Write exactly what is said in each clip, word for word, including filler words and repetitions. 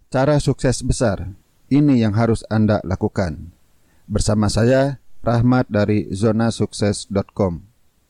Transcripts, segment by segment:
Cara sukses besar, ini yang harus Anda lakukan. Bersama saya, Rahmat dari zona sukses dot com.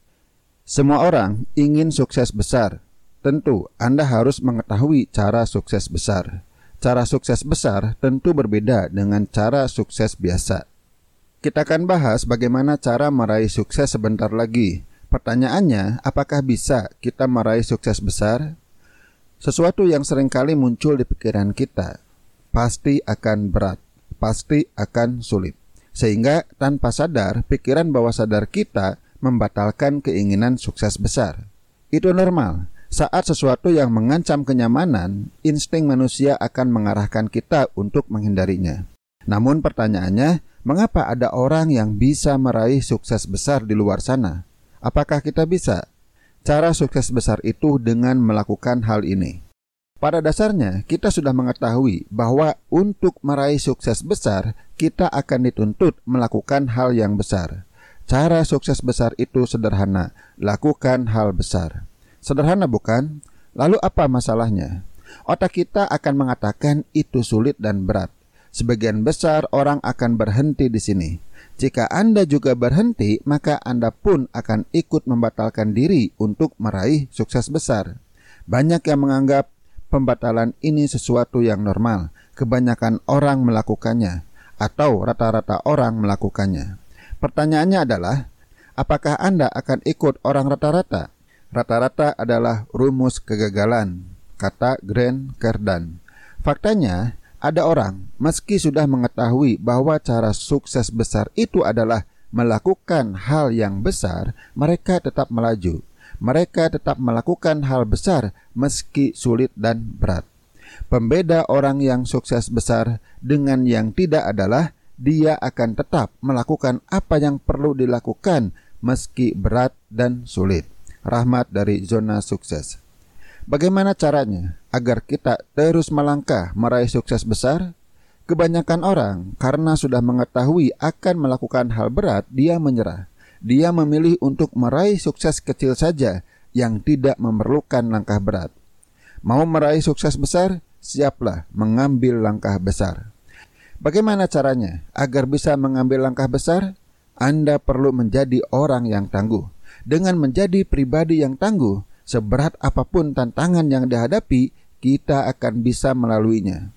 Semua orang ingin sukses besar. Tentu Anda harus mengetahui cara sukses besar. Cara sukses besar tentu berbeda dengan cara sukses biasa. Kita akan bahas bagaimana cara meraih sukses sebentar lagi. Pertanyaannya, apakah bisa kita meraih sukses besar? Sesuatu yang seringkali muncul di pikiran kita, pasti akan berat, pasti akan sulit. Sehingga tanpa sadar, pikiran bawah sadar kita membatalkan keinginan sukses besar. Itu normal. Saat sesuatu yang mengancam kenyamanan, insting manusia akan mengarahkan kita untuk menghindarinya. Namun pertanyaannya, mengapa ada orang yang bisa meraih sukses besar di luar sana? Apakah kita bisa? Cara sukses besar itu dengan melakukan hal ini. Pada dasarnya, kita sudah mengetahui bahwa untuk meraih sukses besar, kita akan dituntut melakukan hal yang besar. Cara sukses besar itu sederhana, lakukan hal besar. Sederhana bukan? Lalu apa masalahnya? Otak kita akan mengatakan itu sulit dan berat. Sebagian besar orang akan berhenti di sini. Jika Anda juga berhenti, maka Anda pun akan ikut membatalkan diri untuk meraih sukses besar. Banyak yang menganggap pembatalan ini sesuatu yang normal. Kebanyakan orang melakukannya, atau rata-rata orang melakukannya. Pertanyaannya adalah, apakah Anda akan ikut orang rata-rata? Rata-rata adalah rumus kegagalan, kata Grant Cardone. Faktanya, ada orang, meski sudah mengetahui bahwa cara sukses besar itu adalah melakukan hal yang besar, mereka tetap melaju. Mereka tetap melakukan hal besar meski sulit dan berat. Pembeda orang yang sukses besar dengan yang tidak adalah dia akan tetap melakukan apa yang perlu dilakukan meski berat dan sulit. Rahmat dari zona sukses. Bagaimana caranya agar kita terus melangkah meraih sukses besar? Kebanyakan orang karena sudah mengetahui akan melakukan hal berat, dia menyerah. Dia memilih untuk meraih sukses kecil saja yang tidak memerlukan langkah berat. Mau meraih sukses besar? Siaplah mengambil langkah besar. Bagaimana caranya agar bisa mengambil langkah besar? Anda perlu menjadi orang yang tangguh. Dengan menjadi pribadi yang tangguh, seberat apapun tantangan yang dihadapi, kita akan bisa melaluinya.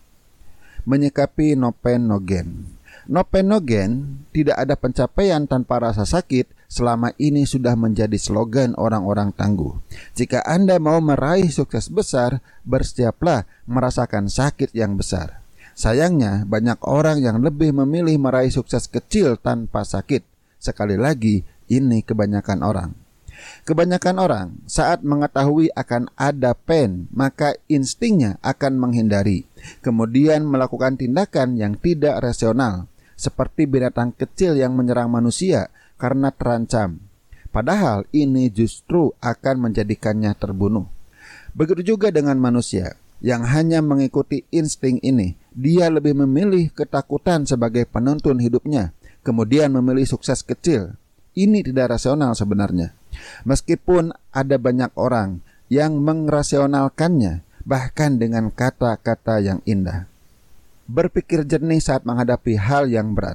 Menyikapi no pain no gain. No pain no gain, tidak ada pencapaian tanpa rasa sakit, selama ini sudah menjadi slogan orang-orang tangguh. Jika Anda mau meraih sukses besar, bersiaplah merasakan sakit yang besar. Sayangnya, banyak orang yang lebih memilih meraih sukses kecil tanpa sakit. Sekali lagi, ini kebanyakan orang. Kebanyakan orang saat mengetahui akan ada pain, maka instingnya akan menghindari, kemudian melakukan tindakan yang tidak rasional, seperti binatang kecil yang menyerang manusia karena terancam. Padahal ini justru akan menjadikannya terbunuh. Begitu juga dengan manusia yang hanya mengikuti insting ini. Dia lebih memilih ketakutan sebagai penuntun hidupnya, kemudian memilih sukses kecil. Ini tidak rasional sebenarnya. Meskipun ada banyak orang yang merasionalkannya, bahkan dengan kata-kata yang indah. Berpikir jernih saat menghadapi hal yang berat.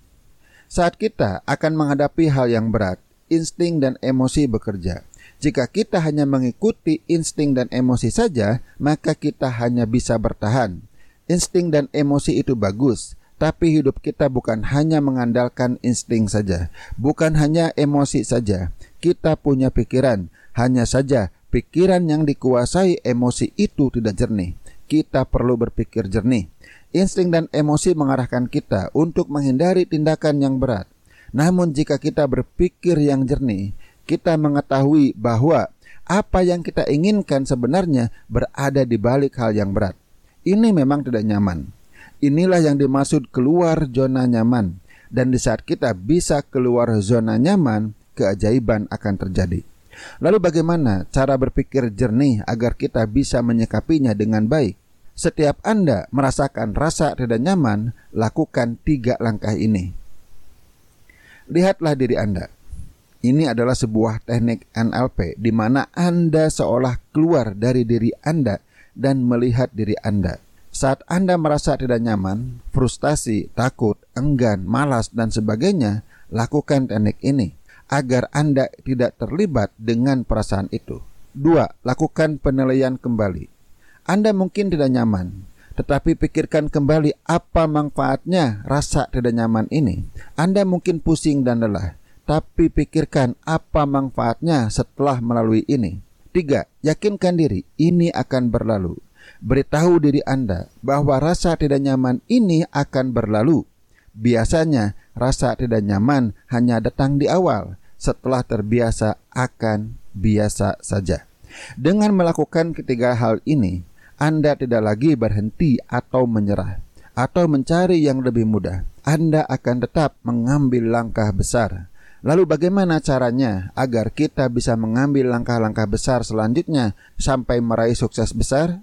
Saat kita akan menghadapi hal yang berat, insting dan emosi bekerja. Jika kita hanya mengikuti insting dan emosi saja, maka kita hanya bisa bertahan. Insting dan emosi itu bagus, tapi hidup kita bukan hanya mengandalkan insting saja, bukan hanya emosi saja. Kita punya pikiran, hanya saja pikiran yang dikuasai emosi itu tidak jernih. Kita perlu berpikir jernih. Insting dan emosi mengarahkan kita untuk menghindari tindakan yang berat. Namun jika kita berpikir yang jernih, kita mengetahui bahwa apa yang kita inginkan sebenarnya berada di balik hal yang berat. Ini memang tidak nyaman. Inilah yang dimaksud keluar zona nyaman. Dan di saat kita bisa keluar zona nyaman, keajaiban akan terjadi. Lalu bagaimana cara berpikir jernih agar kita bisa menyikapinya dengan baik? Setiap Anda merasakan rasa tidak nyaman, lakukan tiga langkah ini. Lihatlah diri Anda. Ini adalah sebuah teknik N L P di mana Anda seolah keluar dari diri Anda dan melihat diri Anda. Saat Anda merasa tidak nyaman, frustasi, takut, enggan, malas, dan sebagainya, lakukan teknik ini agar Anda tidak terlibat dengan perasaan itu. Dua, lakukan penilaian kembali. Anda mungkin tidak nyaman, tetapi pikirkan kembali apa manfaatnya rasa tidak nyaman ini. Anda mungkin pusing dan lelah, tapi pikirkan apa manfaatnya setelah melalui ini. Tiga, yakinkan diri ini akan berlalu. Beritahu diri Anda bahwa rasa tidak nyaman ini akan berlalu. Biasanya rasa tidak nyaman hanya datang di awal, setelah terbiasa akan biasa saja. Dengan melakukan ketiga hal ini, Anda tidak lagi berhenti atau menyerah, atau mencari yang lebih mudah. Anda akan tetap mengambil langkah besar. Lalu bagaimana caranya agar kita bisa mengambil langkah-langkah besar selanjutnya sampai meraih sukses besar?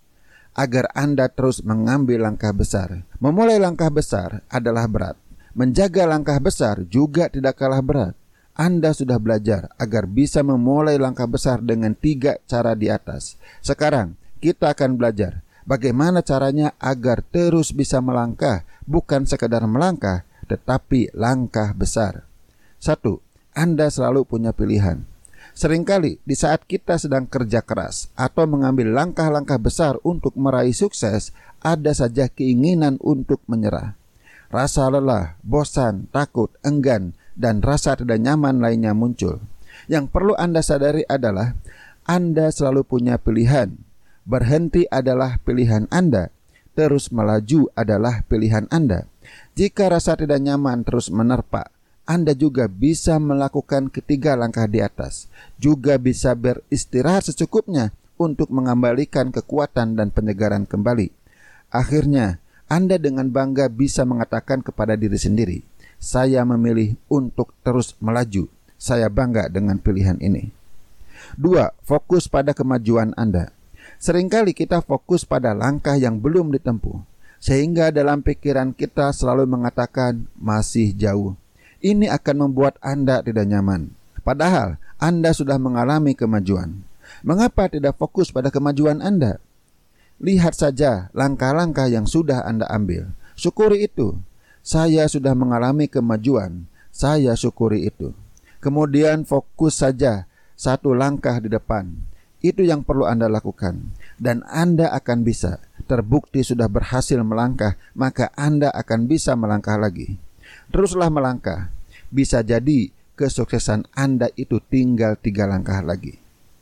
Agar Anda terus mengambil langkah besar. Memulai langkah besar adalah berat. Menjaga langkah besar juga tidak kalah berat. Anda sudah belajar agar bisa memulai langkah besar dengan tiga cara di atas. Sekarang kita akan belajar bagaimana caranya agar terus bisa melangkah, bukan sekadar melangkah, tetapi langkah besar. Satu, Anda selalu punya pilihan. Seringkali di saat kita sedang kerja keras atau mengambil langkah-langkah besar untuk meraih sukses, ada saja keinginan untuk menyerah. Rasa lelah, bosan, takut, enggan, dan rasa tidak nyaman lainnya muncul. Yang perlu Anda sadari adalah Anda selalu punya pilihan. Berhenti adalah pilihan Anda. Terus melaju adalah pilihan Anda. Jika rasa tidak nyaman terus menerpa, Anda juga bisa melakukan ketiga langkah di atas. Juga bisa beristirahat secukupnya untuk mengembalikan kekuatan dan penyegaran kembali. Akhirnya, Anda dengan bangga bisa mengatakan kepada diri sendiri, saya memilih untuk terus melaju. Saya bangga dengan pilihan ini. Dua, fokus pada kemajuan Anda. Seringkali kita fokus pada langkah yang belum ditempuh, sehingga dalam pikiran kita selalu mengatakan masih jauh. Ini akan membuat Anda tidak nyaman. Padahal Anda sudah mengalami kemajuan. Mengapa tidak fokus pada kemajuan Anda? Lihat saja langkah-langkah yang sudah Anda ambil. Syukuri itu. Saya sudah mengalami kemajuan. Saya syukuri itu. Kemudian fokus saja satu langkah di depan. Itu yang perlu Anda lakukan. Dan Anda akan bisa. Terbukti sudah berhasil melangkah, maka Anda akan bisa melangkah lagi. Teruslah melangkah. Bisa jadi kesuksesan Anda itu tinggal tiga langkah lagi.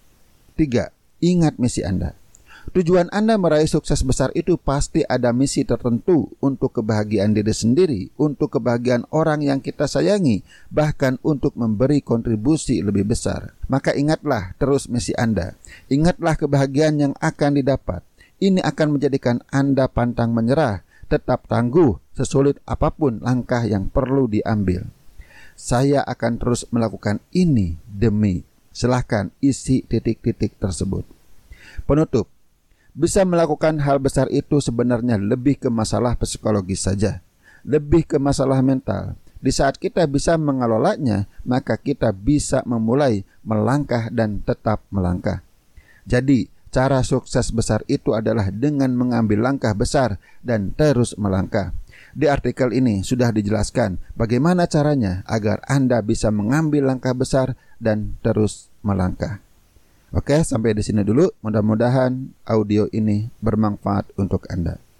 Tiga, ingat misi Anda. Tujuan Anda meraih sukses besar itu pasti ada misi tertentu untuk kebahagiaan diri sendiri, untuk kebahagiaan orang yang kita sayangi, bahkan untuk memberi kontribusi lebih besar. Maka ingatlah terus misi Anda. Ingatlah kebahagiaan yang akan didapat. Ini akan menjadikan Anda pantang menyerah, tetap tangguh sesulit apapun langkah yang perlu diambil. Saya akan terus melakukan ini demi. Silahkan isi titik-titik tersebut. Penutup. Bisa melakukan hal besar itu sebenarnya lebih ke masalah psikologis saja. Lebih ke masalah mental. Di saat kita bisa mengelolanya, maka kita bisa memulai melangkah dan tetap melangkah. Jadi, cara sukses besar itu adalah dengan mengambil langkah besar dan terus melangkah. Di artikel ini sudah dijelaskan bagaimana caranya agar Anda bisa mengambil langkah besar dan terus melangkah. Oke, sampai di sini dulu. Mudah-mudahan audio ini bermanfaat untuk Anda.